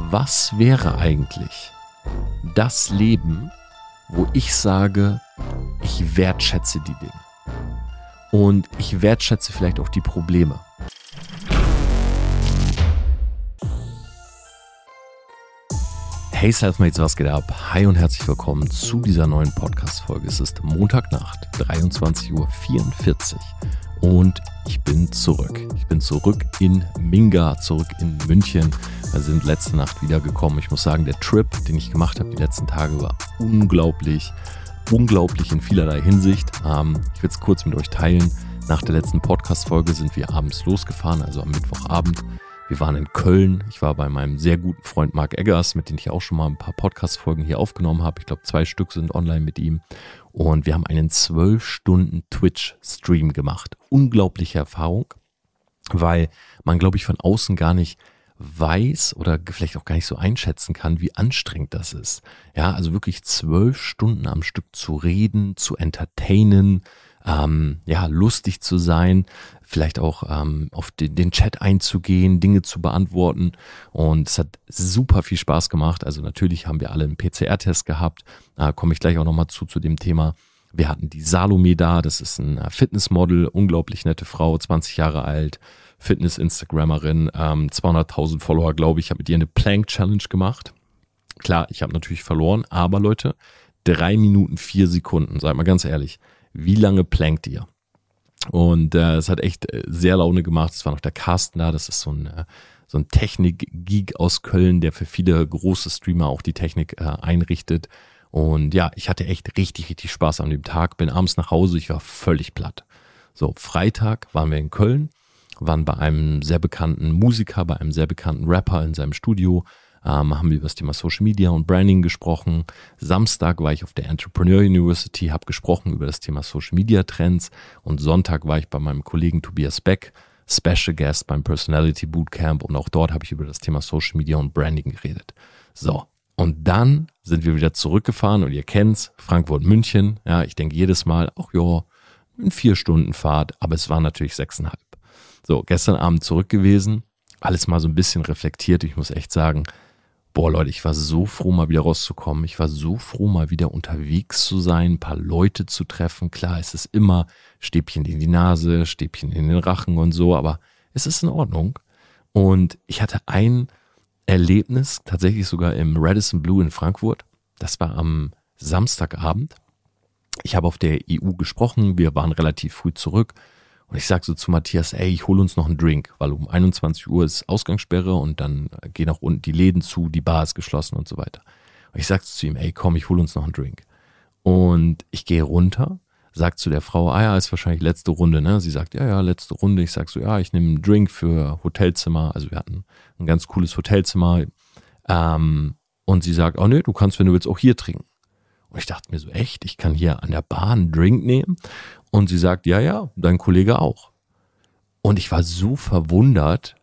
Was wäre eigentlich das Leben, wo ich sage, ich wertschätze die Dinge und ich wertschätze vielleicht auch die Probleme? Hey Selfmates, was geht ab? Hi und herzlich willkommen zu dieser neuen Podcast-Folge. Es ist Montagnacht, 23:44 Uhr und ich bin zurück. Ich bin zurück in Minga, zurück in München. Wir sind letzte Nacht wiedergekommen. Ich muss sagen, der Trip, den ich gemacht habe die letzten Tage, war unglaublich in vielerlei Hinsicht. Ich will es kurz mit euch teilen. Nach der letzten Podcast-Folge sind wir abends losgefahren, also am Mittwochabend. Wir waren in Köln. Ich war bei meinem sehr guten Freund Marc Eggers, mit dem ich auch schon mal ein paar Podcast-Folgen hier aufgenommen habe. Ich glaube, 2 Stück sind online mit ihm. Und wir haben einen 12 Stunden Twitch-Stream gemacht. Unglaubliche Erfahrung, weil man, glaube ich, von außen gar nicht weiß oder vielleicht auch gar nicht so einschätzen kann, wie anstrengend das ist. Ja, also wirklich 12 Stunden am Stück zu reden, zu entertainen, lustig zu sein, vielleicht auch auf den Chat einzugehen, Dinge zu beantworten, und es hat super viel Spaß gemacht. Also natürlich haben wir alle einen PCR-Test gehabt, komme ich gleich auch nochmal zu dem Thema. Wir hatten die Salome da, das ist ein Fitnessmodel, unglaublich nette Frau, 20 Jahre alt, Fitness-Instagrammerin, 200.000 Follower, glaube ich. Ich habe mit ihr eine Plank-Challenge gemacht. Klar, ich habe natürlich verloren, aber Leute, 3 Minuten 4 Sekunden, seid mal ganz ehrlich, wie lange plankt ihr? Und es hat echt sehr Laune gemacht. Es war noch der Carsten da, das ist so ein Technik-Geek aus Köln, der für viele große Streamer auch die Technik einrichtet. Und ja, ich hatte echt richtig Spaß an dem Tag, bin abends nach Hause, ich war völlig platt. So, Freitag waren wir in Köln, waren bei einem sehr bekannten Musiker, bei einem sehr bekannten Rapper in seinem Studio, haben wir über das Thema Social Media und Branding gesprochen. Samstag war ich auf der Entrepreneur University, habe gesprochen über das Thema Social Media Trends, und Sonntag war ich bei meinem Kollegen Tobias Beck, Special Guest beim Personality Bootcamp, und auch dort habe ich über das Thema Social Media und Branding geredet. So, und dann sind wir wieder zurückgefahren, und ihr kennt's, Frankfurt-München. Ja, ich denke jedes Mal, in 4 Stunden Fahrt, aber es war natürlich 6,5. So, gestern Abend zurück gewesen, alles mal so ein bisschen reflektiert. Ich muss echt sagen, boah Leute, ich war so froh, mal wieder rauszukommen. Ich war so froh, mal wieder unterwegs zu sein, ein paar Leute zu treffen. Klar, es ist immer Stäbchen in die Nase, Stäbchen in den Rachen und so, aber es ist in Ordnung. Und ich hatte ein Erlebnis, tatsächlich sogar im Radisson Blu in Frankfurt. Das war am Samstagabend. Ich habe auf der EU gesprochen, wir waren relativ früh zurück. Und ich sage so zu Matthias, ich hole uns noch einen Drink, weil um 21 Uhr ist Ausgangssperre und dann gehen auch unten die Läden zu, die Bar ist geschlossen und so weiter. Und ich sage zu ihm, komm, ich hole uns noch einen Drink. Und ich gehe runter, sage zu der Frau, ist wahrscheinlich letzte Runde, ne? Sie sagt, ja, letzte Runde. Ich sage so, ich nehme einen Drink für Hotelzimmer. Also wir hatten ein ganz cooles Hotelzimmer. Und sie sagt, nee, du kannst, wenn du willst, auch hier trinken. Und ich dachte mir so, echt, ich kann hier an der Bar einen Drink nehmen? Und sie sagt, ja, dein Kollege auch. Und ich war so verwundert.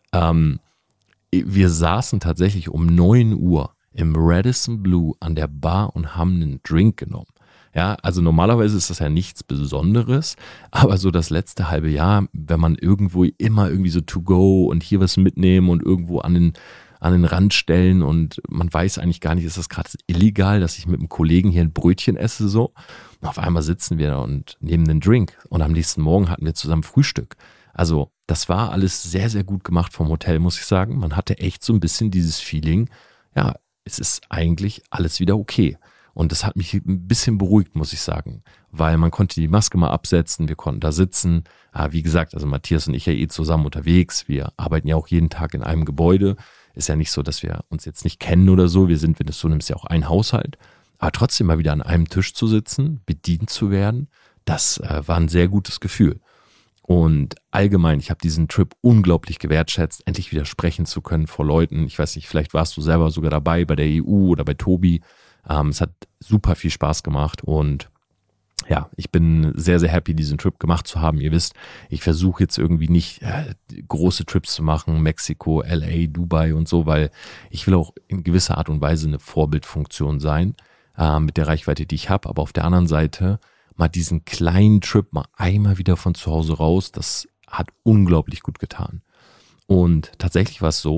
Wir saßen tatsächlich um 9 Uhr im Radisson Blu an der Bar und haben einen Drink genommen. Ja, also normalerweise ist das ja nichts Besonderes, aber so das letzte halbe Jahr, wenn man irgendwo immer irgendwie so to go und hier was mitnehmen und irgendwo an den Rand stellen und man weiß eigentlich gar nicht, ist das gerade illegal, dass ich mit einem Kollegen hier ein Brötchen esse, so. Und auf einmal sitzen wir da und nehmen einen Drink, und am nächsten Morgen hatten wir zusammen Frühstück. Also das war alles sehr, sehr gut gemacht vom Hotel, muss ich sagen. Man hatte echt so ein bisschen dieses Feeling, ja, es ist eigentlich alles wieder okay. Und das hat mich ein bisschen beruhigt, muss ich sagen, weil man konnte die Maske mal absetzen, wir konnten da sitzen. Wie gesagt, also Matthias und ich ja zusammen unterwegs, wir arbeiten ja auch jeden Tag in einem Gebäude. Ist ja nicht so, dass wir uns jetzt nicht kennen oder so. Wir sind, wenn du es so nimmst, ja auch ein Haushalt. Aber trotzdem mal wieder an einem Tisch zu sitzen, bedient zu werden, das war ein sehr gutes Gefühl. Und allgemein, ich habe diesen Trip unglaublich gewertschätzt, endlich wieder sprechen zu können vor Leuten. Ich weiß nicht, vielleicht warst du selber sogar dabei bei der EU oder bei Tobi. Es hat super viel Spaß gemacht, und ja, ich bin sehr, sehr happy, diesen Trip gemacht zu haben. Ihr wisst, ich versuche jetzt irgendwie nicht große Trips zu machen, Mexiko, LA, Dubai und so, weil ich will auch in gewisser Art und Weise eine Vorbildfunktion sein mit der Reichweite, die ich habe. Aber auf der anderen Seite mal diesen kleinen Trip mal einmal wieder von zu Hause raus, das hat unglaublich gut getan. Und tatsächlich war es so,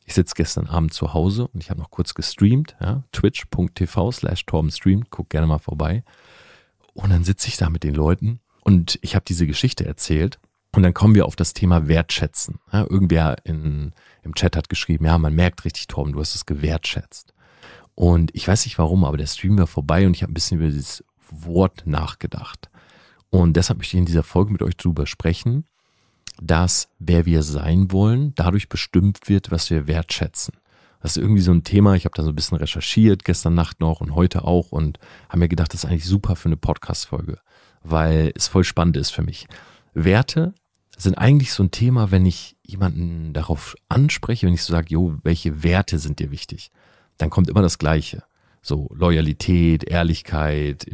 Ich sitze gestern Abend zu Hause und ich habe noch kurz gestreamt, ja, twitch.tv/torbenstream, guck gerne mal vorbei. Und dann sitze ich da mit den Leuten und ich habe diese Geschichte erzählt und dann kommen wir auf das Thema Wertschätzen. Ja, irgendwer im Chat hat geschrieben, ja, man merkt richtig, Torben, du hast es gewertschätzt. Und ich weiß nicht warum, aber der Stream war vorbei und ich habe ein bisschen über dieses Wort nachgedacht. Und deshalb möchte ich in dieser Folge mit euch drüber sprechen, dass wer wir sein wollen, dadurch bestimmt wird, was wir wertschätzen. Das ist irgendwie so ein Thema, ich habe da so ein bisschen recherchiert, gestern Nacht noch und heute auch und habe mir gedacht, das ist eigentlich super für eine Podcast-Folge, weil es voll spannend ist für mich. Werte sind eigentlich so ein Thema, wenn ich jemanden darauf anspreche, wenn ich so sage, jo, welche Werte sind dir wichtig, dann kommt immer das Gleiche. So Loyalität, Ehrlichkeit,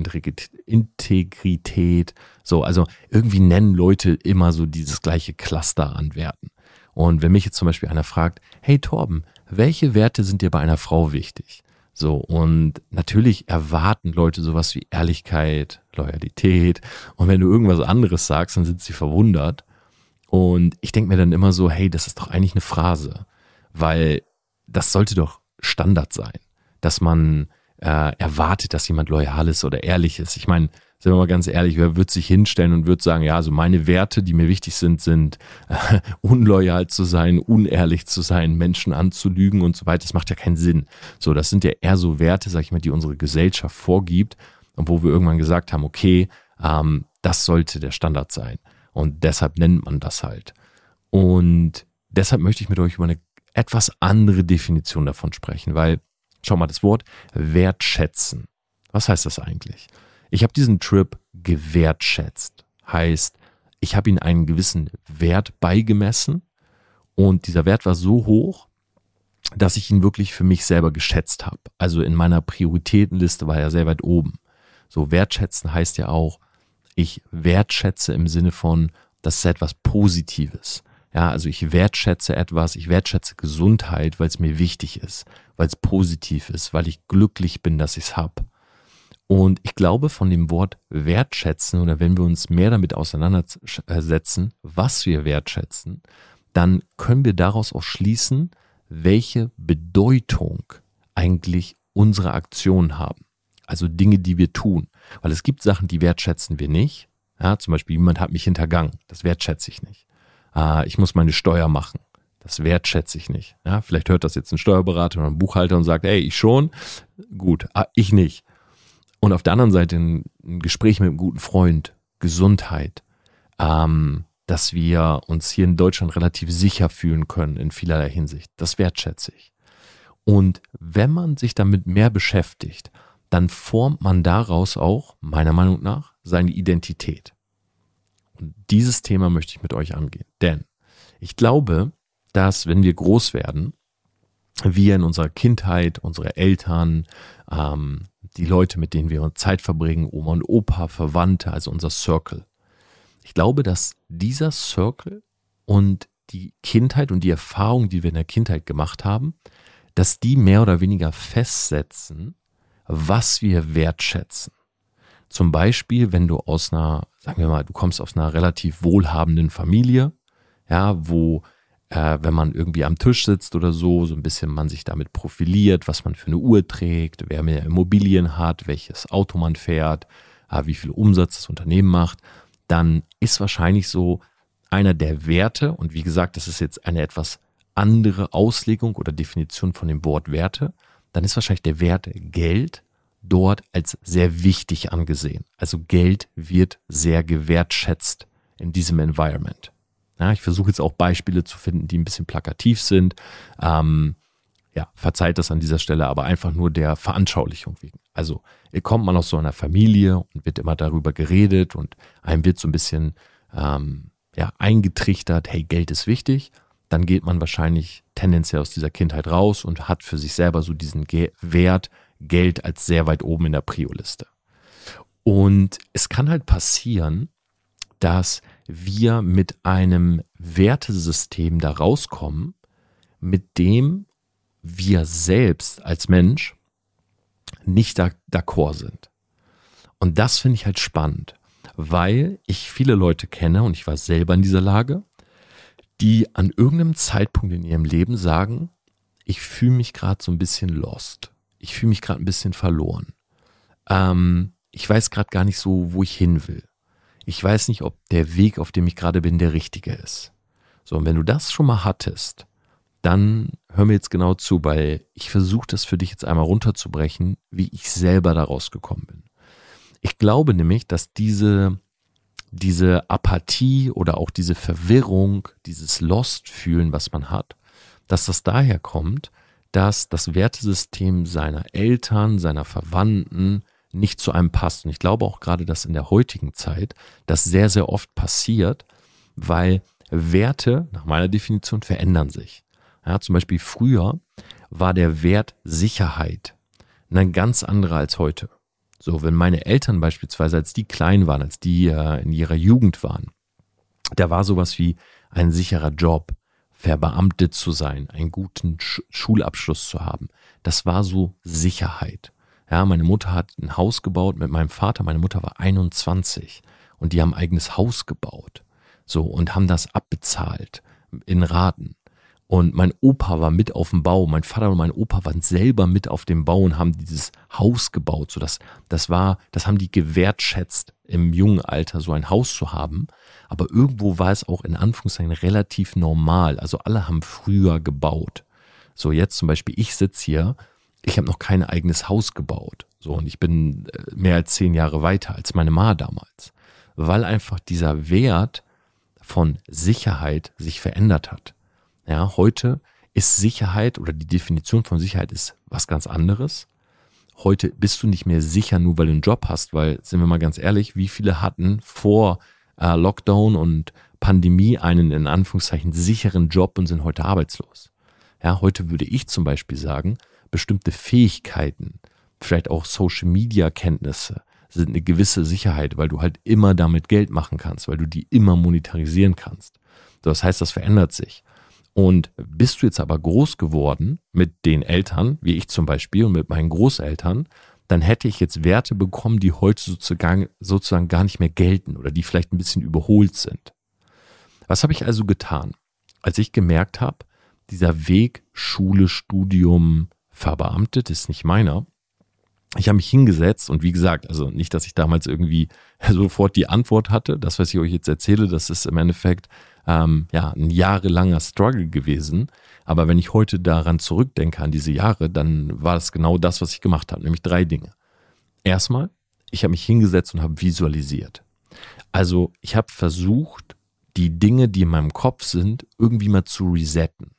Integrität, so, also irgendwie nennen Leute immer so dieses gleiche Cluster an Werten. Und wenn mich jetzt zum Beispiel einer fragt, hey Torben, welche Werte sind dir bei einer Frau wichtig? So, und natürlich erwarten Leute sowas wie Ehrlichkeit, Loyalität. Und wenn du irgendwas anderes sagst, dann sind sie verwundert. Und ich denke mir dann immer so, hey, das ist doch eigentlich eine Phrase, weil das sollte doch Standard sein, dass man erwartet, dass jemand loyal ist oder ehrlich ist. Ich meine, sind wir mal ganz ehrlich, wer wird sich hinstellen und wird sagen, ja, also meine Werte, die mir wichtig sind unloyal zu sein, unehrlich zu sein, Menschen anzulügen und so weiter. Das macht ja keinen Sinn. So, das sind ja eher so Werte, sag ich mal, die unsere Gesellschaft vorgibt und wo wir irgendwann gesagt haben, okay, das sollte der Standard sein. Und deshalb nennt man das halt. Und deshalb möchte ich mit euch über eine etwas andere Definition davon sprechen, weil, schau mal, das Wort wertschätzen. Was heißt das eigentlich? Ich habe diesen Trip gewertschätzt. Heißt, ich habe ihm einen gewissen Wert beigemessen und dieser Wert war so hoch, dass ich ihn wirklich für mich selber geschätzt habe. Also in meiner Prioritätenliste war er sehr weit oben. So wertschätzen heißt ja auch, ich wertschätze im Sinne von, das ist etwas Positives. Ja, also ich wertschätze etwas, ich wertschätze Gesundheit, weil es mir wichtig ist, weil es positiv ist, weil ich glücklich bin, dass ich es habe. Und ich glaube, von dem Wort wertschätzen oder wenn wir uns mehr damit auseinandersetzen, was wir wertschätzen, dann können wir daraus auch schließen, welche Bedeutung eigentlich unsere Aktionen haben. Also Dinge, die wir tun. Weil es gibt Sachen, die wertschätzen wir nicht. Ja, zum Beispiel, jemand hat mich hintergangen. Das wertschätze ich nicht. Ich muss meine Steuer machen. Das wertschätze ich nicht. Ja, vielleicht hört das jetzt ein Steuerberater oder ein Buchhalter und sagt, ey, ich schon. Gut, ich nicht. Und auf der anderen Seite ein Gespräch mit einem guten Freund, Gesundheit, dass wir uns hier in Deutschland relativ sicher fühlen können in vielerlei Hinsicht. Das wertschätze ich. Und wenn man sich damit mehr beschäftigt, dann formt man daraus auch, meiner Meinung nach, seine Identität. Und dieses Thema möchte ich mit euch angehen. Denn ich glaube, dass wenn wir groß werden, wir in unserer Kindheit, unsere Eltern, die Leute, mit denen wir Zeit verbringen, Oma und Opa, Verwandte, also unser Circle. Ich glaube, dass dieser Circle und die Kindheit und die Erfahrungen, die wir in der Kindheit gemacht haben, dass die mehr oder weniger festsetzen, was wir wertschätzen. Zum Beispiel, wenn du aus einer, sagen wir mal, du kommst aus einer relativ wohlhabenden Familie, ja, wo wenn man irgendwie am Tisch sitzt oder so ein bisschen man sich damit profiliert, was man für eine Uhr trägt, wer mehr Immobilien hat, welches Auto man fährt, wie viel Umsatz das Unternehmen macht, dann ist wahrscheinlich so einer der Werte, und wie gesagt, das ist jetzt eine etwas andere Auslegung oder Definition von dem Wort Werte, dann ist wahrscheinlich der Wert Geld dort als sehr wichtig angesehen. Also Geld wird sehr gewertschätzt in diesem Environment. Ja, ich versuche jetzt auch Beispiele zu finden, die ein bisschen plakativ sind. Verzeiht das an dieser Stelle, aber einfach nur der Veranschaulichung wegen. Also kommt man aus so einer Familie und wird immer darüber geredet und einem wird so ein bisschen eingetrichtert, hey, Geld ist wichtig. Dann geht man wahrscheinlich tendenziell aus dieser Kindheit raus und hat für sich selber so diesen Wert Geld als sehr weit oben in der Prio-Liste. Und es kann halt passieren, dass wir mit einem Wertesystem da rauskommen, mit dem wir selbst als Mensch nicht d'accord sind. Und das finde ich halt spannend, weil ich viele Leute kenne, und ich war selber in dieser Lage, die an irgendeinem Zeitpunkt in ihrem Leben sagen, ich fühle mich gerade so ein bisschen lost. Ich fühle mich gerade ein bisschen verloren. Ich weiß gerade gar nicht so, wo ich hin will. Ich weiß nicht, ob der Weg, auf dem ich gerade bin, der richtige ist. So, und wenn du das schon mal hattest, dann hör mir jetzt genau zu, weil ich versuche das für dich jetzt einmal runterzubrechen, wie ich selber da rausgekommen bin. Ich glaube nämlich, dass diese Apathie oder auch diese Verwirrung, dieses Lost-Fühlen, was man hat, dass das daher kommt, dass das Wertesystem seiner Eltern, seiner Verwandten nicht zu einem passt. Und ich glaube auch gerade, dass in der heutigen Zeit das sehr, sehr oft passiert, weil Werte nach meiner Definition verändern sich. Ja, zum Beispiel früher war der Wert Sicherheit ein ganz anderer als heute. So, wenn meine Eltern beispielsweise, als die klein waren, als die in ihrer Jugend waren, da war sowas wie ein sicherer Job, verbeamtet zu sein, einen guten Schulabschluss zu haben. Das war so Sicherheit. Ja, meine Mutter hat ein Haus gebaut mit meinem Vater. Meine Mutter war 21 und die haben ein eigenes Haus gebaut. So, und haben das abbezahlt in Raten. Und mein Opa war mit auf dem Bau. Mein Vater und mein Opa waren selber mit auf dem Bau und haben dieses Haus gebaut. So, das haben die gewertschätzt, im jungen Alter so ein Haus zu haben. Aber irgendwo war es auch in Anführungszeichen relativ normal. Also alle haben früher gebaut. So, jetzt zum Beispiel, ich sitze hier, ich habe noch kein eigenes Haus gebaut. So, und ich bin mehr als 10 Jahre weiter als meine Ma damals. Weil einfach dieser Wert von Sicherheit sich verändert hat. Ja, heute ist Sicherheit oder die Definition von Sicherheit ist was ganz anderes. Heute bist du nicht mehr sicher, nur weil du einen Job hast, weil, sind wir mal ganz ehrlich, wie viele hatten vor Lockdown und Pandemie einen in Anführungszeichen sicheren Job und sind heute arbeitslos. Ja, heute würde ich zum Beispiel sagen, bestimmte Fähigkeiten, vielleicht auch Social-Media-Kenntnisse sind eine gewisse Sicherheit, weil du halt immer damit Geld machen kannst, weil du die immer monetarisieren kannst. Das heißt, das verändert sich. Und bist du jetzt aber groß geworden mit den Eltern, wie ich zum Beispiel und mit meinen Großeltern, dann hätte ich jetzt Werte bekommen, die heute sozusagen gar nicht mehr gelten oder die vielleicht ein bisschen überholt sind. Was habe ich also getan? Als ich gemerkt habe, dieser Weg Schule, Studium, verbeamtet ist nicht meiner. Ich habe mich hingesetzt und wie gesagt, also nicht, dass ich damals irgendwie sofort die Antwort hatte. Das, was ich euch jetzt erzähle, das ist im Endeffekt ein jahrelanger Struggle gewesen. Aber wenn ich heute daran zurückdenke, an diese Jahre, dann war es genau das, was ich gemacht habe, nämlich 3 Dinge. Erstmal, ich habe mich hingesetzt und habe visualisiert. Also ich habe versucht, die Dinge, die in meinem Kopf sind, irgendwie mal zu resetten.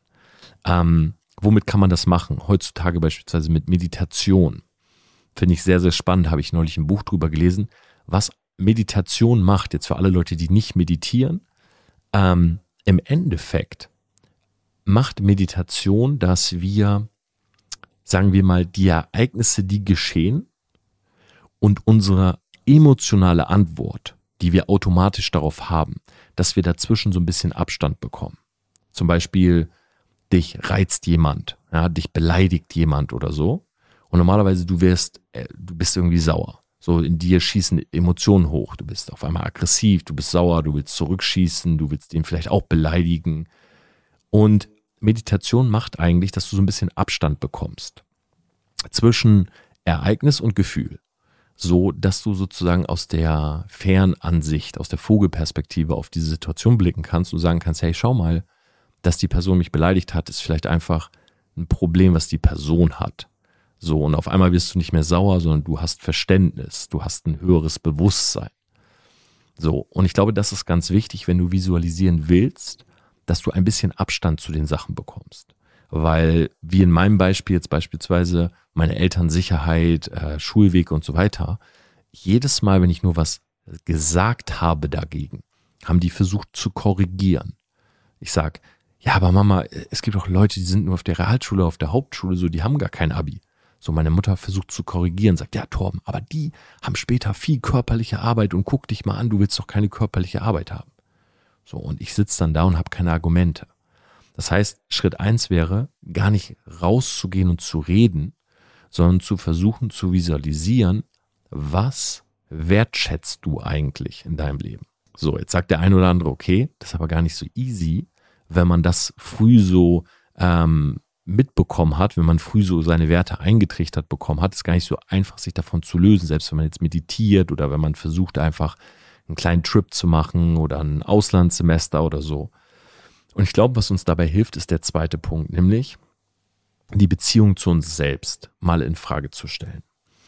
Womit kann man das machen? Heutzutage beispielsweise mit Meditation. Finde ich sehr, sehr spannend, habe ich neulich ein Buch drüber gelesen, was Meditation macht, jetzt für alle Leute, die nicht meditieren. Im Endeffekt macht Meditation, dass wir, sagen wir mal, die Ereignisse, die geschehen und unsere emotionale Antwort, die wir automatisch darauf haben, dass wir dazwischen so ein bisschen Abstand bekommen. Zum Beispiel, dich reizt jemand, ja, dich beleidigt jemand oder so. Und normalerweise du bist irgendwie sauer. So in dir schießen Emotionen hoch. Du bist auf einmal aggressiv, du bist sauer, du willst zurückschießen, du willst den vielleicht auch beleidigen. Und Meditation macht eigentlich, dass du so ein bisschen Abstand bekommst zwischen Ereignis und Gefühl. So, dass du sozusagen aus der Fernansicht, aus der Vogelperspektive auf diese Situation blicken kannst und sagen kannst, hey, schau mal, dass die Person mich beleidigt hat, ist vielleicht einfach ein Problem, was die Person hat. So, und auf einmal wirst du nicht mehr sauer, sondern du hast Verständnis, du hast ein höheres Bewusstsein. So, und ich glaube, das ist ganz wichtig, wenn du visualisieren willst, dass du ein bisschen Abstand zu den Sachen bekommst. Weil, wie in meinem Beispiel jetzt beispielsweise, meine Eltern Sicherheit, Schulweg und so weiter, jedes Mal, wenn ich nur was gesagt habe dagegen, haben die versucht zu korrigieren. Ich sag, ja, aber Mama, es gibt auch Leute, die sind nur auf der Realschule, auf der Hauptschule, so, die haben gar kein Abi. So, meine Mutter versucht zu korrigieren, sagt, ja Torben, aber die haben später viel körperliche Arbeit und guck dich mal an, du willst doch keine körperliche Arbeit haben. So, und ich sitze dann da und habe keine Argumente. Das heißt, Schritt 1 wäre, gar nicht rauszugehen und zu reden, sondern zu versuchen zu visualisieren, was wertschätzt du eigentlich in deinem Leben. So, jetzt sagt der eine oder andere, okay, das ist aber gar nicht so easy, wenn man das früh so mitbekommen hat, wenn man früh so seine Werte eingetrichtert bekommen hat, ist gar nicht so einfach, sich davon zu lösen, selbst wenn man jetzt meditiert oder wenn man versucht, einfach einen kleinen Trip zu machen oder ein Auslandssemester oder so. Und ich glaube, was uns dabei hilft, ist der zweite Punkt, nämlich die Beziehung zu uns selbst mal in Frage zu stellen.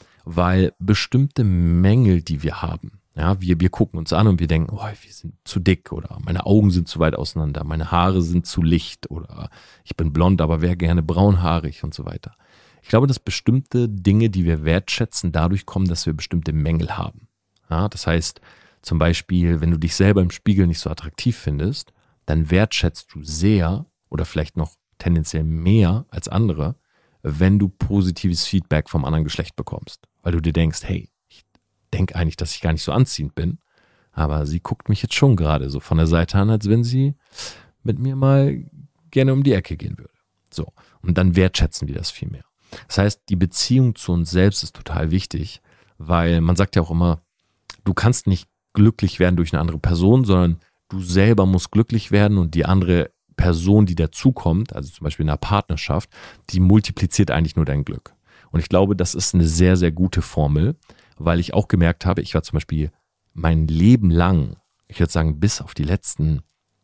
Weil bestimmte Mängel, die wir haben, ja, wir gucken uns an und wir denken, oh, wir sind zu dick oder meine Augen sind zu weit auseinander, meine Haare sind zu licht oder ich bin blond, aber wäre gerne braunhaarig und so weiter. Ich glaube, dass bestimmte Dinge, die wir wertschätzen, dadurch kommen, dass wir bestimmte Mängel haben. Ja, das heißt, zum Beispiel, wenn du dich selber im Spiegel nicht so attraktiv findest, dann wertschätzt du sehr oder vielleicht noch tendenziell mehr als andere, wenn du positives Feedback vom anderen Geschlecht bekommst. Weil du dir denkst, hey, ich denke eigentlich, dass ich gar nicht so anziehend bin, aber sie guckt mich jetzt schon gerade so von der Seite an, als wenn sie mit mir mal gerne um die Ecke gehen würde. So, und dann wertschätzen wir das viel mehr. Das heißt, die Beziehung zu uns selbst ist total wichtig, weil man sagt ja auch immer, du kannst nicht glücklich werden durch eine andere Person, sondern du selber musst glücklich werden und die andere Person, die dazukommt, also zum Beispiel in einer Partnerschaft, die multipliziert eigentlich nur dein Glück. Und ich glaube, das ist eine sehr, sehr gute Formel, weil ich auch gemerkt habe, ich war zum Beispiel mein Leben lang, ich würde sagen bis auf die letzten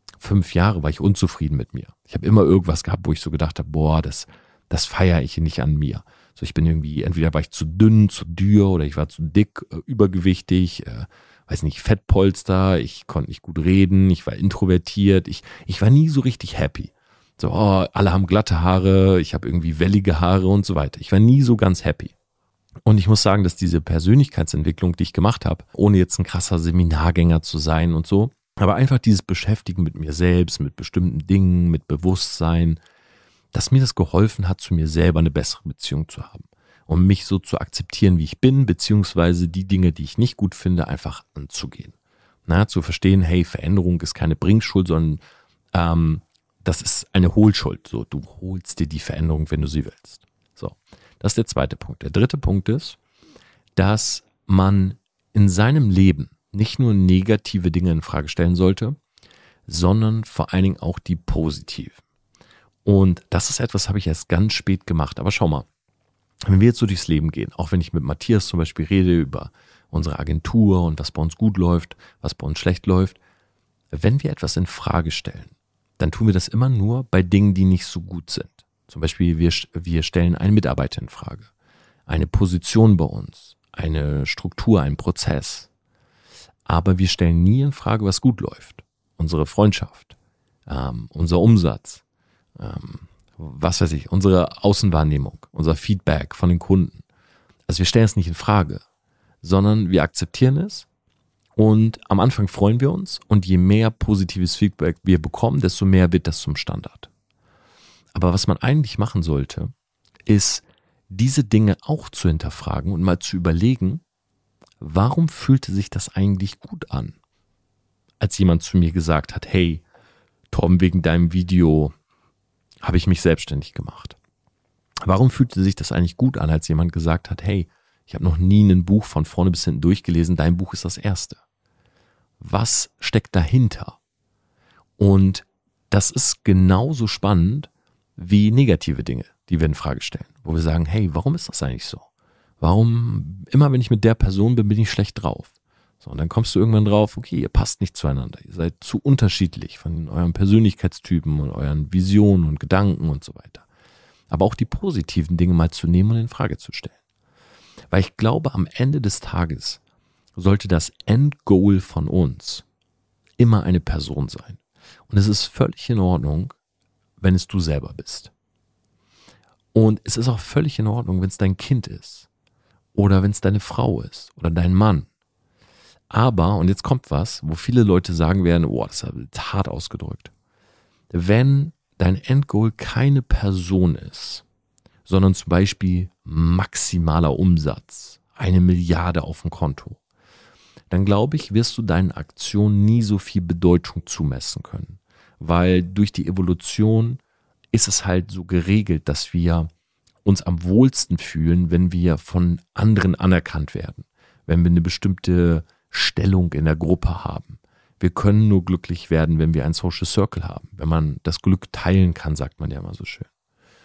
5 Jahre war ich unzufrieden mit mir. Ich habe immer irgendwas gehabt, wo ich so gedacht habe, boah, das feiere ich nicht an mir. So, ich bin irgendwie, entweder war ich zu dünn, zu dürr oder ich war zu dick, übergewichtig, weiß nicht, Fettpolster, ich konnte nicht gut reden, ich war introvertiert, ich war nie so richtig happy. So, oh, alle haben glatte Haare, ich habe irgendwie wellige Haare und so weiter. Ich war nie so ganz happy. Und ich muss sagen, dass diese Persönlichkeitsentwicklung, die ich gemacht habe, ohne jetzt ein krasser Seminargänger zu sein und so, aber einfach dieses Beschäftigen mit mir selbst, mit bestimmten Dingen, mit Bewusstsein, dass mir das geholfen hat, zu mir selber eine bessere Beziehung zu haben. Und mich so zu akzeptieren, wie ich bin, beziehungsweise die Dinge, die ich nicht gut finde, einfach anzugehen. Zu verstehen, hey, Veränderung ist keine Bringschuld, sondern das ist eine Holschuld. So, du holst dir die Veränderung, wenn du sie willst. So, das ist der zweite Punkt. Der dritte Punkt ist, dass man in seinem Leben nicht nur negative Dinge in Frage stellen sollte, sondern vor allen Dingen auch die positiven. Und das ist etwas, habe ich erst ganz spät gemacht. Aber schau mal, wenn wir jetzt so durchs Leben gehen, auch wenn ich mit Matthias zum Beispiel rede über unsere Agentur und was bei uns gut läuft, was bei uns schlecht läuft, wenn wir etwas in Frage stellen, dann tun wir das immer nur bei Dingen, die nicht so gut sind. Zum Beispiel, wir stellen einen Mitarbeiter in Frage, eine Position bei uns, eine Struktur, einen Prozess. Aber wir stellen nie in Frage, was gut läuft. Unsere Freundschaft, unser Umsatz, was weiß ich, unsere Außenwahrnehmung, unser Feedback von den Kunden. Also wir stellen es nicht in Frage, sondern wir akzeptieren es und am Anfang freuen wir uns und je mehr positives Feedback wir bekommen, desto mehr wird das zum Standard. Aber was man eigentlich machen sollte, ist diese Dinge auch zu hinterfragen und mal zu überlegen, warum fühlte sich das eigentlich gut an? Als jemand zu mir gesagt hat, hey, Torben, wegen deinem Video habe ich mich selbstständig gemacht. Warum fühlte sich das eigentlich gut an, als jemand gesagt hat, hey, ich habe noch nie ein Buch von vorne bis hinten durchgelesen, dein Buch ist das erste. Was steckt dahinter? Und das ist genauso spannend wie negative Dinge, die wir in Frage stellen, wo wir sagen, hey, warum ist das eigentlich so? Warum, immer wenn ich mit der Person bin, bin ich schlecht drauf? So, und dann kommst du irgendwann drauf, okay, ihr passt nicht zueinander, ihr seid zu unterschiedlich von euren Persönlichkeitstypen und euren Visionen und Gedanken und so weiter. Aber auch die positiven Dinge mal zu nehmen und in Frage zu stellen. Weil ich glaube, am Ende des Tages sollte das Endgoal von uns immer eine Person sein. Und es ist völlig in Ordnung, wenn es du selber bist. Und es ist auch völlig in Ordnung, wenn es dein Kind ist. Oder wenn es deine Frau ist oder dein Mann. Aber, und jetzt kommt was, wo viele Leute sagen werden, oh, das ist hart ausgedrückt. Wenn dein Endgoal keine Person ist, sondern zum Beispiel maximaler Umsatz, 1 Milliarde auf dem Konto, dann glaube ich, wirst du deinen Aktionen nie so viel Bedeutung zumessen können. Weil durch die Evolution ist es halt so geregelt, dass wir uns am wohlsten fühlen, wenn wir von anderen anerkannt werden, wenn wir eine bestimmte Stellung in der Gruppe haben. Wir können nur glücklich werden, wenn wir einen Social Circle haben, wenn man das Glück teilen kann, sagt man ja immer so schön.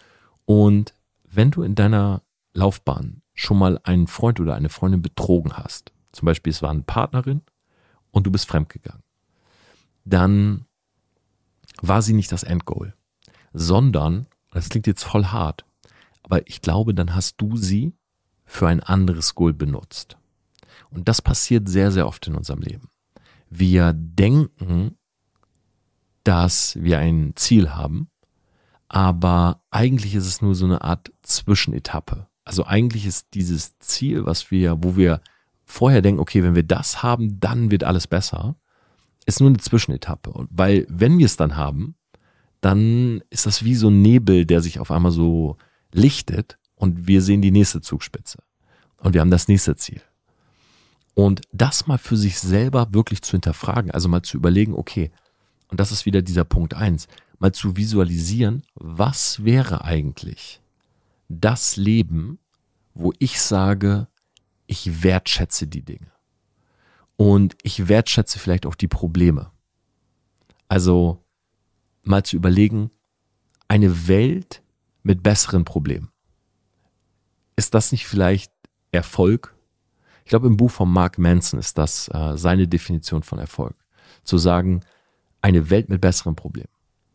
Und wenn du in deiner Laufbahn schon mal einen Freund oder eine Freundin betrogen hast, zum Beispiel es war eine Partnerin und du bist fremdgegangen, dann war sie nicht das Endgoal, sondern, das klingt jetzt voll hart, aber ich glaube, dann hast du sie für ein anderes Goal benutzt. Und das passiert sehr, sehr oft in unserem Leben. Wir denken, dass wir ein Ziel haben, aber eigentlich ist es nur so eine Art Zwischenetappe. Also eigentlich ist dieses Ziel, wo wir vorher denken, okay, wenn wir das haben, dann wird alles besser, ist nur eine Zwischenetappe. Und weil, wenn wir es dann haben, dann ist das wie so ein Nebel, der sich auf einmal so lichtet und wir sehen die nächste Zugspitze. Und wir haben das nächste Ziel. Und das mal für sich selber wirklich zu hinterfragen, also mal zu überlegen, okay, und das ist wieder dieser Punkt 1, mal zu visualisieren, was wäre eigentlich das Leben, wo ich sage, ich wertschätze die Dinge. Und ich wertschätze vielleicht auch die Probleme. Also mal zu überlegen, eine Welt mit besseren Problemen. Ist das nicht vielleicht Erfolg? Ich glaube, im Buch von Mark Manson ist das seine Definition von Erfolg. Zu sagen, eine Welt mit besseren Problemen.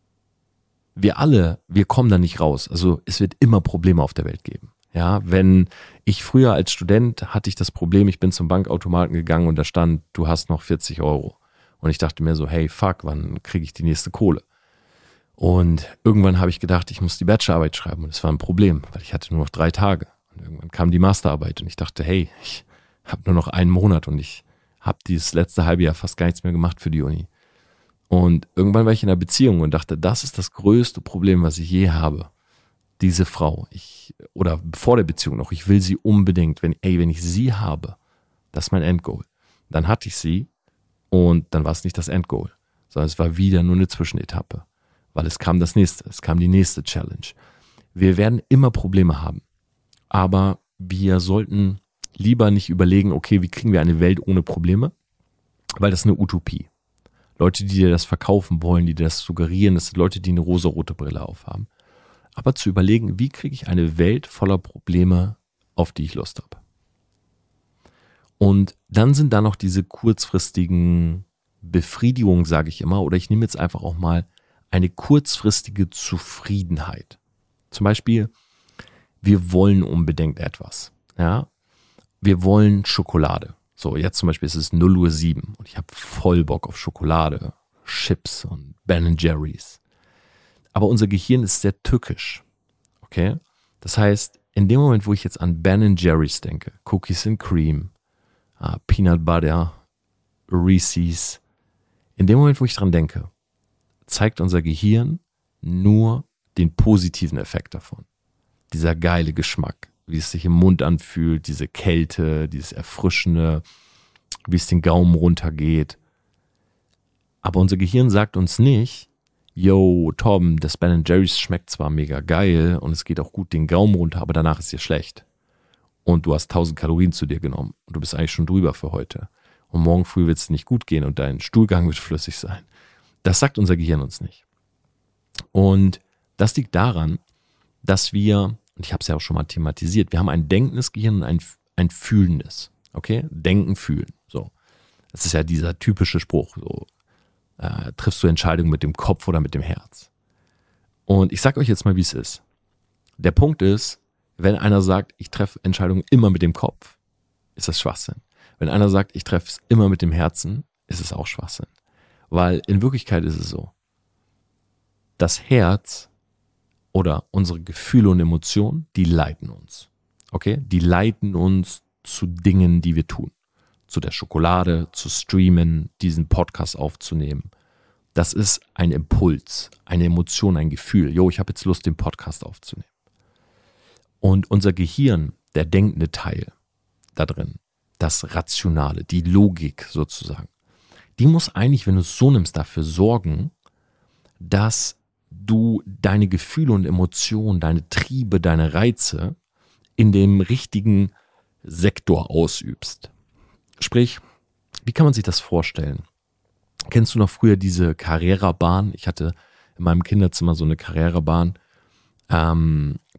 Wir kommen da nicht raus. Also es wird immer Probleme auf der Welt geben. Ja, wenn ich früher als Student hatte ich das Problem, ich bin zum Bankautomaten gegangen und da stand, du hast noch 40 Euro. Und ich dachte mir so, hey, fuck, wann kriege ich die nächste Kohle? Und irgendwann habe ich gedacht, ich muss die Bachelorarbeit schreiben. Und es war ein Problem, weil ich hatte nur noch 3 Tage. Und irgendwann kam die Masterarbeit und ich dachte, hey, ich habe nur noch einen Monat und ich habe dieses letzte halbe Jahr fast gar nichts mehr gemacht für die Uni. Und irgendwann war ich in einer Beziehung und dachte, das ist das größte Problem, was ich je habe. Diese Frau, oder vor der Beziehung noch, ich will sie unbedingt, wenn ich sie habe, das ist mein Endgoal. Dann hatte ich sie und dann war es nicht das Endgoal, sondern es war wieder nur eine Zwischenetappe, weil es kam die nächste Challenge. Wir werden immer Probleme haben, aber wir sollten lieber nicht überlegen, okay, wie kriegen wir eine Welt ohne Probleme, weil das ist eine Utopie. Leute, die dir das verkaufen wollen, die dir das suggerieren, das sind Leute, die eine rosarote Brille aufhaben. Aber zu überlegen, wie kriege ich eine Welt voller Probleme, auf die ich Lust habe. Und dann sind da noch diese kurzfristigen Befriedigungen, sage ich immer, oder ich nehme jetzt einfach auch mal eine kurzfristige Zufriedenheit. Zum Beispiel, wir wollen unbedingt etwas. Ja? Wir wollen Schokolade. So, jetzt zum Beispiel ist es 0:07 Uhr und ich habe voll Bock auf Schokolade, Chips und Ben & Jerry's. Aber unser Gehirn ist sehr tückisch, okay? Das heißt, in dem Moment, wo ich jetzt an Ben & Jerry's denke, Cookies and Cream, Peanut Butter, Reese's, in dem Moment, wo ich dran denke, zeigt unser Gehirn nur den positiven Effekt davon. Dieser geile Geschmack, wie es sich im Mund anfühlt, diese Kälte, dieses Erfrischende, wie es den Gaumen runtergeht. Aber unser Gehirn sagt uns nicht, yo, Tom, das Ben & Jerry's schmeckt zwar mega geil und es geht auch gut den Gaumen runter, aber danach ist dir schlecht. Und du hast 1000 Kalorien zu dir genommen und du bist eigentlich schon drüber für heute. Und morgen früh wird es nicht gut gehen und dein Stuhlgang wird flüssig sein. Das sagt unser Gehirn uns nicht. Und das liegt daran, dass wir, und ich habe es ja auch schon mal thematisiert, wir haben ein denkendes Gehirn und ein fühlendes. Okay? Denken, fühlen. So. Das ist ja dieser typische Spruch. So. Triffst du Entscheidungen mit dem Kopf oder mit dem Herz? Und ich sage euch jetzt mal, wie es ist. Der Punkt ist, wenn einer sagt, ich treffe Entscheidungen immer mit dem Kopf, ist das Schwachsinn. Wenn einer sagt, ich treffe es immer mit dem Herzen, ist es auch Schwachsinn. Weil in Wirklichkeit ist es so, das Herz oder unsere Gefühle und Emotionen, die leiten uns. Okay? Die leiten uns zu Dingen, die wir tun. Zu der Schokolade, zu streamen, diesen Podcast aufzunehmen. Das ist ein Impuls, eine Emotion, ein Gefühl. Jo, ich habe jetzt Lust, den Podcast aufzunehmen. Und unser Gehirn, der denkende Teil da drin, das Rationale, die Logik sozusagen, die muss eigentlich, wenn du es so nimmst, dafür sorgen, dass du deine Gefühle und Emotionen, deine Triebe, deine Reize in dem richtigen Sektor ausübst. Sprich, wie kann man sich das vorstellen? Kennst du noch früher diese Carrera-Bahn? Ich hatte in meinem Kinderzimmer so eine Carrera-Bahn,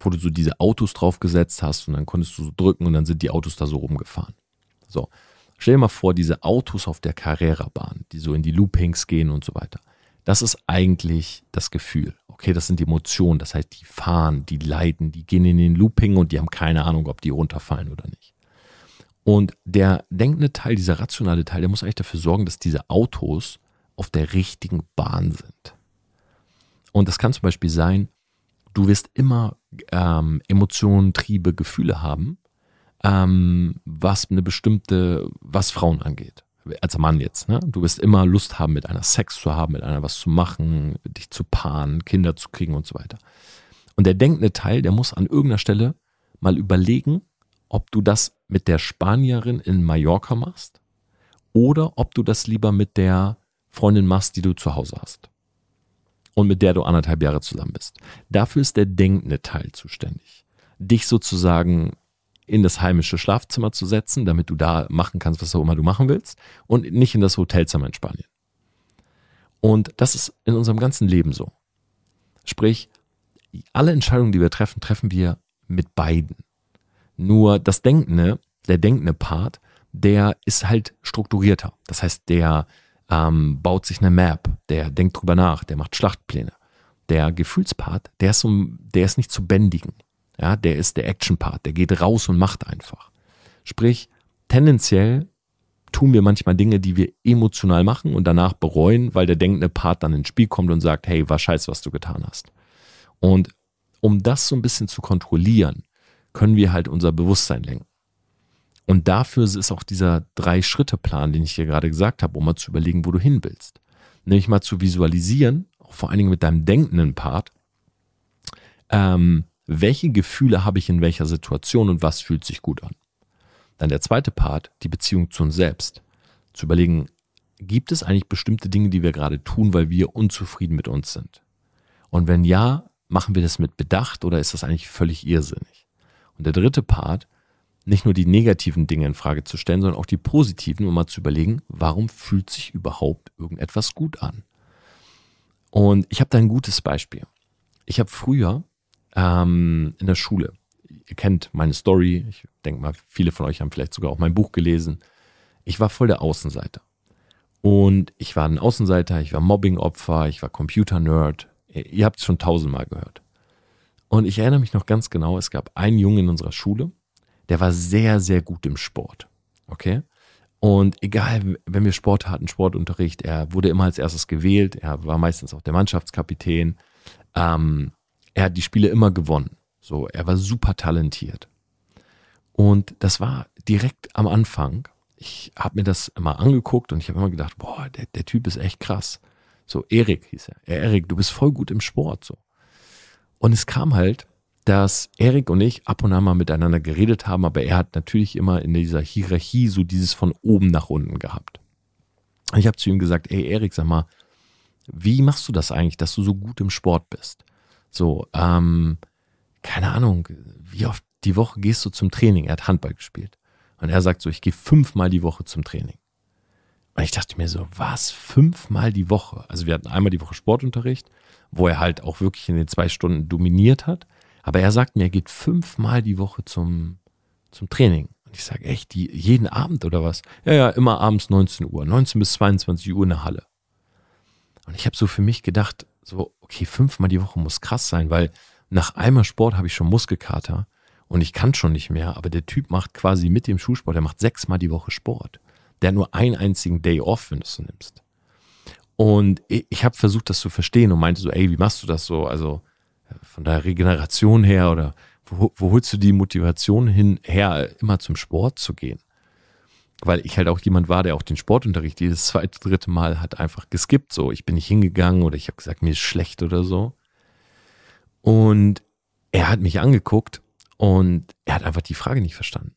wo du so diese Autos draufgesetzt hast und dann konntest du so drücken und dann sind die Autos da so rumgefahren. So, stell dir mal vor, diese Autos auf der Carrera-Bahn, die so in die Loopings gehen und so weiter. Das ist eigentlich das Gefühl. Okay, das sind die Emotionen, das heißt, die fahren, die leiden, die gehen in den Looping und die haben keine Ahnung, ob die runterfallen oder nicht. Und der denkende Teil, dieser rationale Teil, der muss eigentlich dafür sorgen, dass diese Autos auf der richtigen Bahn sind. Und das kann zum Beispiel sein, du wirst immer Emotionen, Triebe, Gefühle haben, was Frauen angeht. Als Mann jetzt, ne? Du wirst immer Lust haben, mit einer Sex zu haben, mit einer was zu machen, dich zu paaren, Kinder zu kriegen und so weiter. Und der denkende Teil, der muss an irgendeiner Stelle mal überlegen, ob du das mit der Spanierin in Mallorca machst oder ob du das lieber mit der Freundin machst, die du zu Hause hast und mit der du 1,5 Jahre zusammen bist. Dafür ist der denkende Teil zuständig. Dich sozusagen in das heimische Schlafzimmer zu setzen, damit du da machen kannst, was auch immer du machen willst und nicht in das Hotelzimmer in Spanien. Und das ist in unserem ganzen Leben so. Sprich, alle Entscheidungen, die wir treffen, treffen wir mit beiden. Nur der denkende Part, der ist halt strukturierter. Das heißt, der baut sich eine Map, der denkt drüber nach, der macht Schlachtpläne. Der Gefühlspart, der ist nicht zu bändigen. Ja, der ist der Action-Part, der geht raus und macht einfach. Sprich, tendenziell tun wir manchmal Dinge, die wir emotional machen und danach bereuen, weil der denkende Part dann ins Spiel kommt und sagt, hey, war scheiße, was du getan hast. Und um das so ein bisschen zu kontrollieren, können wir halt unser Bewusstsein lenken. Und dafür ist auch dieser 3-Schritte-Plan, den ich hier gerade gesagt habe, um mal zu überlegen, wo du hin willst. Nämlich mal zu visualisieren, auch vor allen Dingen mit deinem denkenden Part, welche Gefühle habe ich in welcher Situation und was fühlt sich gut an. Dann der zweite Part, die Beziehung zu uns selbst. Zu überlegen, gibt es eigentlich bestimmte Dinge, die wir gerade tun, weil wir unzufrieden mit uns sind? Und wenn ja, machen wir das mit Bedacht oder ist das eigentlich völlig irrsinnig? Und der dritte Part, nicht nur die negativen Dinge in Frage zu stellen, sondern auch die positiven, um mal zu überlegen, warum fühlt sich überhaupt irgendetwas gut an? Und ich habe da ein gutes Beispiel. Ich habe früher in der Schule, ihr kennt meine Story, ich denke mal, viele von euch haben vielleicht sogar auch mein Buch gelesen. Ich war voll der Außenseiter. Und ich war ein Außenseiter, ich war Mobbing-Opfer, ich war Computer-Nerd. Ihr habt es schon 1000-mal gehört. Und ich erinnere mich noch ganz genau, es gab einen Jungen in unserer Schule, der war sehr, sehr gut im Sport. Okay? Und egal, wenn wir Sport hatten, Sportunterricht, er wurde immer als erstes gewählt, er war meistens auch der Mannschaftskapitän. Er hat die Spiele immer gewonnen. So, er war super talentiert. Und das war direkt am Anfang. Ich habe mir das immer angeguckt und ich habe immer gedacht, boah, der Typ ist echt krass. So, Erik hieß er. Erik, du bist voll gut im Sport. So. Und es kam halt, dass Erik und ich ab und an mal miteinander geredet haben, aber er hat natürlich immer in dieser Hierarchie so dieses von oben nach unten gehabt. Und ich habe zu ihm gesagt, ey Erik, sag mal, wie machst du das eigentlich, dass du so gut im Sport bist? So, keine Ahnung, wie oft die Woche gehst du zum Training? Er hat Handball gespielt. Und er sagt so, ich gehe 5-mal die Woche zum Training. Und ich dachte mir so, was, 5-mal die Woche? Also wir hatten einmal die Woche Sportunterricht, wo er halt auch wirklich in den 2 Stunden dominiert hat. Aber er sagt mir, er geht 5-mal die Woche zum Training. Und ich sage, echt, jeden Abend oder was? Ja, immer abends 19 Uhr, 19 bis 22 Uhr in der Halle. Und ich habe so für mich gedacht, so, okay, 5-mal die Woche muss krass sein, weil nach einmal Sport habe ich schon Muskelkater und ich kann schon nicht mehr, aber der Typ macht quasi mit dem Schulsport, der macht 6-mal die Woche Sport. Der hat nur einen einzigen Day off, wenn du es so nimmst. Und ich habe versucht, das zu verstehen und meinte so, ey, wie machst du das so? Also von der Regeneration her oder wo holst du die Motivation her, immer zum Sport zu gehen? Weil ich halt auch jemand war, der auch den Sportunterricht jedes 2., 3. Mal hat einfach geskippt. So, ich bin nicht hingegangen oder ich habe gesagt, mir ist schlecht oder so. Und er hat mich angeguckt und er hat einfach die Frage nicht verstanden.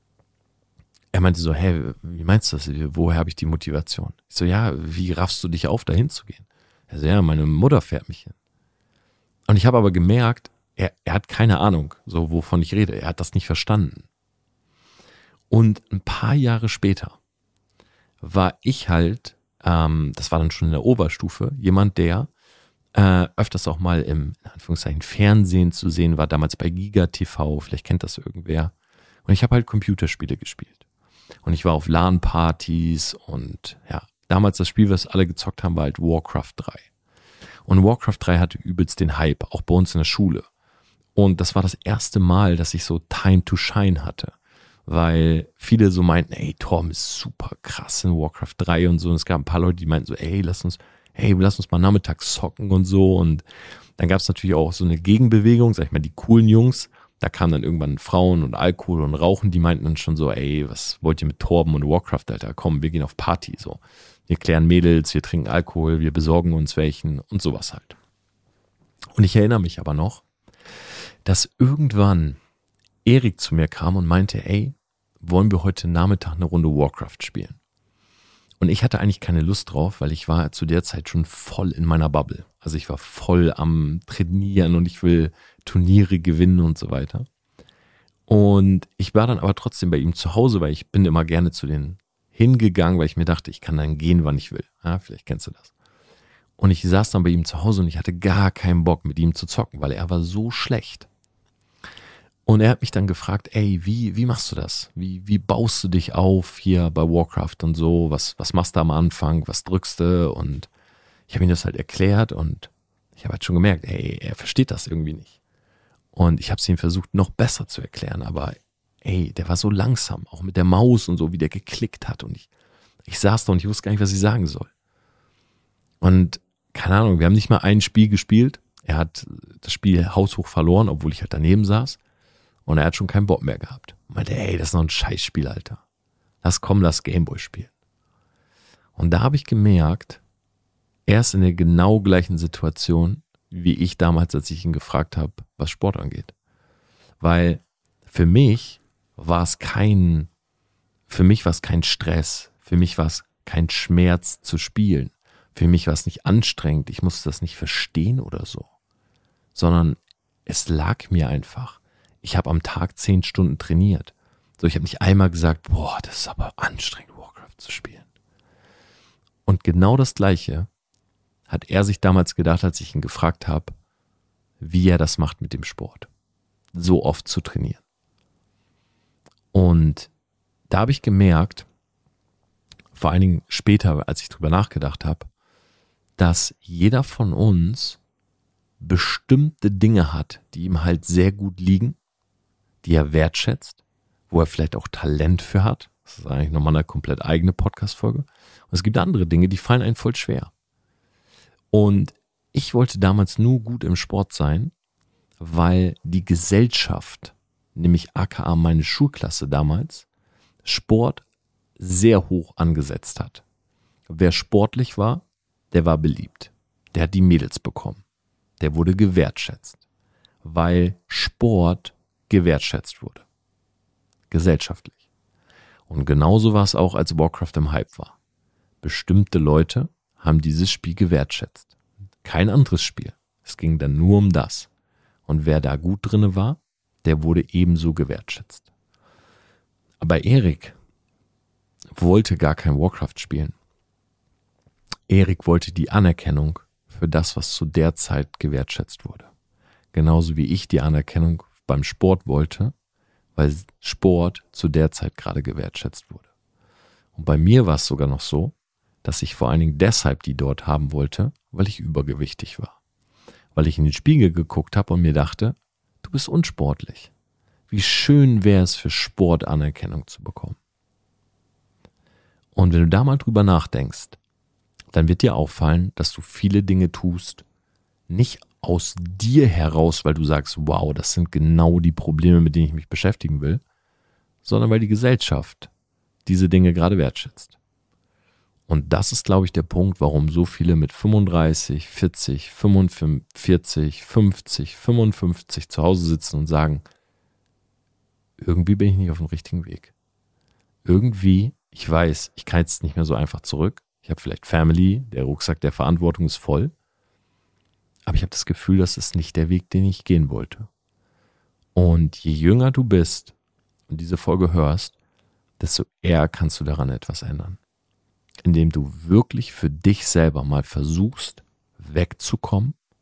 Er meinte so, hey, wie meinst du das? Woher habe ich die Motivation? Ich so, ja, wie raffst du dich auf, da hinzugehen? Er so, ja, meine Mutter fährt mich hin. Und ich habe aber gemerkt, er hat keine Ahnung, so wovon ich rede. Er hat das nicht verstanden. Und ein paar Jahre später war ich halt, das war dann schon in der Oberstufe, jemand, der öfters auch mal im, in Anführungszeichen, Fernsehen zu sehen war, damals bei Giga TV, vielleicht kennt das irgendwer. Und ich habe halt Computerspiele gespielt. Und ich war auf LAN-Partys und ja, damals das Spiel, was alle gezockt haben, war halt Warcraft 3. Und Warcraft 3 hatte übelst den Hype, auch bei uns in der Schule. Und das war das erste Mal, dass ich so Time to Shine hatte. Weil viele so meinten, ey, Torben ist super krass in Warcraft 3 und so. Und es gab ein paar Leute, die meinten so, ey, lass uns mal nachmittags zocken und so. Und dann gab es natürlich auch so eine Gegenbewegung, sag ich mal, die coolen Jungs. Da kamen dann irgendwann Frauen und Alkohol und Rauchen, die meinten dann schon so, ey, was wollt ihr mit Torben und Warcraft, Alter? Komm, wir gehen auf Party, so. Wir klären Mädels, wir trinken Alkohol, wir besorgen uns welchen und sowas halt. Und ich erinnere mich aber noch, dass irgendwann Erik zu mir kam und meinte, ey, wollen wir heute Nachmittag eine Runde Warcraft spielen? Und ich hatte eigentlich keine Lust drauf, weil ich war zu der Zeit schon voll in meiner Bubble. Also ich war voll am Trainieren und ich will Turniere gewinnen und so weiter. Und ich war dann aber trotzdem bei ihm zu Hause, weil ich bin immer gerne zu denen hingegangen, weil ich mir dachte, ich kann dann gehen, wann ich will. Ja, vielleicht kennst du das. Und ich saß dann bei ihm zu Hause und ich hatte gar keinen Bock, mit ihm zu zocken, weil er war so schlecht. Und er hat mich dann gefragt, ey, wie machst du das? Wie baust du dich auf hier bei Warcraft und so? Was machst du am Anfang? Was drückst du? Und ich habe ihm das halt erklärt und ich habe halt schon gemerkt, ey, er versteht das irgendwie nicht. Und ich habe es ihm versucht, noch besser zu erklären, aber ey, der war so langsam, auch mit der Maus und so, wie der geklickt hat. Und ich saß da und ich wusste gar nicht, was ich sagen soll. Und keine Ahnung, wir haben nicht mal ein Spiel gespielt. Er hat das Spiel haushoch verloren, obwohl ich halt daneben saß. Und er hat schon keinen Bock mehr gehabt. Und meinte, ey, das ist noch ein Scheißspiel, Alter. Lass Gameboy spielen. Und da habe ich gemerkt, er ist in der genau gleichen Situation, wie ich damals, als ich ihn gefragt habe, was Sport angeht. Weil für mich war es kein Stress. Für mich war es kein Schmerz zu spielen. Für mich war es nicht anstrengend. Ich musste das nicht verstehen oder so. Sondern es lag mir einfach. Ich habe am Tag 10 Stunden trainiert. So, ich habe nicht einmal gesagt, boah, das ist aber anstrengend, Warcraft zu spielen. Und genau das Gleiche hat er sich damals gedacht, als ich ihn gefragt habe, wie er das macht mit dem Sport. So oft zu trainieren. Und da habe ich gemerkt, vor allen Dingen später, als ich drüber nachgedacht habe, dass jeder von uns bestimmte Dinge hat, die ihm halt sehr gut liegen, die er wertschätzt, wo er vielleicht auch Talent für hat. Das ist eigentlich nochmal eine komplett eigene Podcast-Folge. Und es gibt andere Dinge, die fallen einem voll schwer. Und ich wollte damals nur gut im Sport sein, weil die Gesellschaft, nämlich aka meine Schulklasse damals, Sport sehr hoch angesetzt hat. Wer sportlich war, der war beliebt. Der hat die Mädels bekommen. Der wurde gewertschätzt, weil Sport gewertschätzt wurde. Gesellschaftlich. Und genauso war es auch, als Warcraft im Hype war. Bestimmte Leute haben dieses Spiel gewertschätzt. Kein anderes Spiel. Es ging dann nur um das. Und wer da gut drin war, der wurde ebenso gewertschätzt. Aber Erik wollte gar kein Warcraft spielen. Erik wollte die Anerkennung für das, was zu der Zeit gewertschätzt wurde. Genauso wie ich die Anerkennung beim Sport wollte, weil Sport zu der Zeit gerade gewertschätzt wurde. Und bei mir war es sogar noch so, dass ich vor allen Dingen deshalb die dort haben wollte, weil ich übergewichtig war. Weil ich in den Spiegel geguckt habe und mir dachte, du bist unsportlich. Wie schön wäre es für Sport Anerkennung zu bekommen. Und wenn du da mal drüber nachdenkst, dann wird dir auffallen, dass du viele Dinge tust, nicht aus dir heraus, weil du sagst, wow, das sind genau die Probleme, mit denen ich mich beschäftigen will, sondern weil die Gesellschaft diese Dinge gerade wertschätzt. Und das ist, glaube ich, der Punkt, warum so viele mit 35, 40, 45, 50, 55 zu Hause sitzen und sagen, irgendwie bin ich nicht auf dem richtigen Weg. Irgendwie, ich weiß, ich kann jetzt nicht mehr so einfach zurück. Ich habe vielleicht Family, der Rucksack der Verantwortung ist voll. Aber ich habe das Gefühl, das ist nicht der Weg, den ich gehen wollte. Und je jünger du bist und diese Folge hörst, desto eher kannst du daran etwas ändern. Indem du wirklich für dich selber mal versuchst, wegzukommen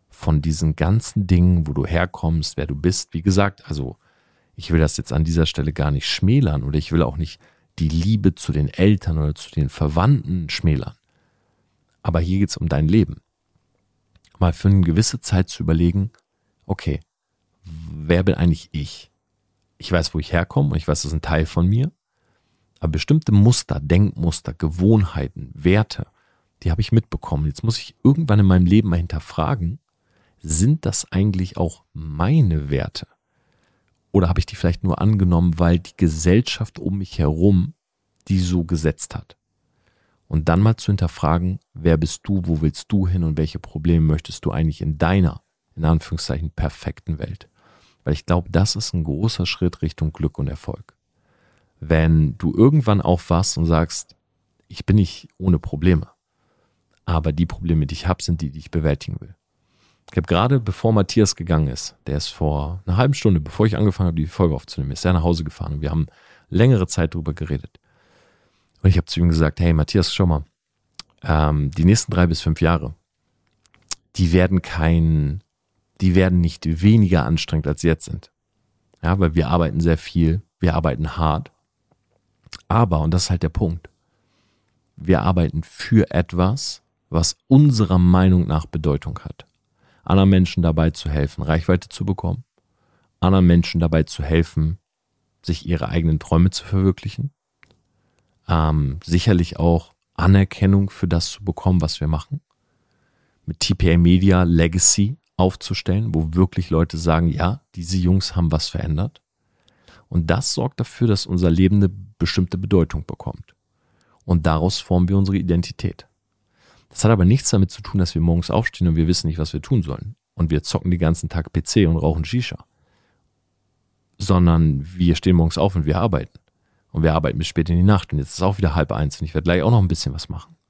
von diesen ganzen Dingen, wo du herkommst, wer du bist. Wie gesagt, also ich will das jetzt an dieser Stelle gar nicht schmälern oder ich will auch nicht die Liebe zu den Eltern oder zu den Verwandten schmälern. Aber hier geht es um dein Leben. Mal für eine gewisse Zeit zu überlegen, okay, wer bin eigentlich ich? Ich weiß, wo ich herkomme und ich weiß, das ist ein Teil von mir. Aber bestimmte Muster, Denkmuster, Gewohnheiten, Werte, die habe ich mitbekommen. Jetzt muss ich irgendwann in meinem Leben mal hinterfragen, sind das eigentlich auch meine Werte? Oder habe ich die vielleicht nur angenommen, weil die Gesellschaft um mich herum die so gesetzt hat? Und dann mal zu hinterfragen, wer bist du, wo willst du hin und welche Probleme möchtest du eigentlich in deiner, in Anführungszeichen, perfekten Welt? Weil ich glaube, das ist ein großer Schritt Richtung Glück und Erfolg. Wenn du irgendwann aufwachst und sagst, ich bin nicht ohne Probleme, aber die Probleme, die ich habe, sind die ich bewältigen will. Ich habe gerade, bevor Matthias gegangen ist, der ist vor einer halben Stunde, bevor ich angefangen habe, die Folge aufzunehmen, ist er nach Hause gefahren und wir haben längere Zeit drüber geredet. Und ich habe zu ihm gesagt, hey Matthias, schau mal, die nächsten 3 bis 5 Jahre, die werden nicht weniger anstrengend, als sie jetzt sind. Ja, weil wir arbeiten sehr viel, wir arbeiten hart, aber, und das ist halt der Punkt, wir arbeiten für etwas, was unserer Meinung nach Bedeutung hat. Anderen Menschen dabei zu helfen, Reichweite zu bekommen, anderen Menschen dabei zu helfen, sich ihre eigenen Träume zu verwirklichen, sicherlich auch Anerkennung für das zu bekommen, was wir machen, mit TPA Media Legacy aufzustellen, wo wirklich Leute sagen, ja, diese Jungs haben was verändert. Und das sorgt dafür, dass unser Leben eine bestimmte Bedeutung bekommt. Und daraus formen wir unsere Identität. Das hat aber nichts damit zu tun, dass wir morgens aufstehen und wir wissen nicht, was wir tun sollen. Und wir zocken den ganzen Tag PC und rauchen Shisha. Sondern wir stehen morgens auf und wir arbeiten. Und wir arbeiten bis spät in die Nacht. Und jetzt ist es auch wieder 12:30 und ich werde gleich auch noch ein bisschen was machen.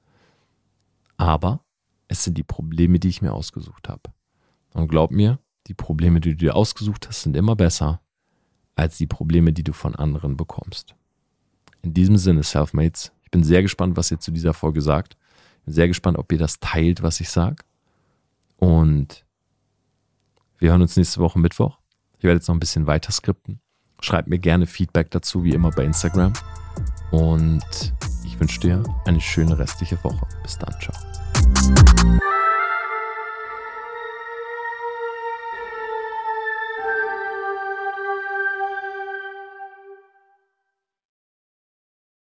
Aber es sind die Probleme, die ich mir ausgesucht habe. Und glaub mir, die Probleme, die du dir ausgesucht hast, sind immer besser als die Probleme, die du von anderen bekommst. In diesem Sinne, Selfmates, ich bin sehr gespannt, was ihr zu dieser Folge sagt. Ich bin sehr gespannt, ob ihr das teilt, was ich sage. Und wir hören uns nächste Woche Mittwoch. Ich werde jetzt noch ein bisschen weiter skripten. Schreibt mir gerne Feedback dazu, wie immer bei Instagram. Und ich wünsche dir eine schöne restliche Woche. Bis dann, ciao.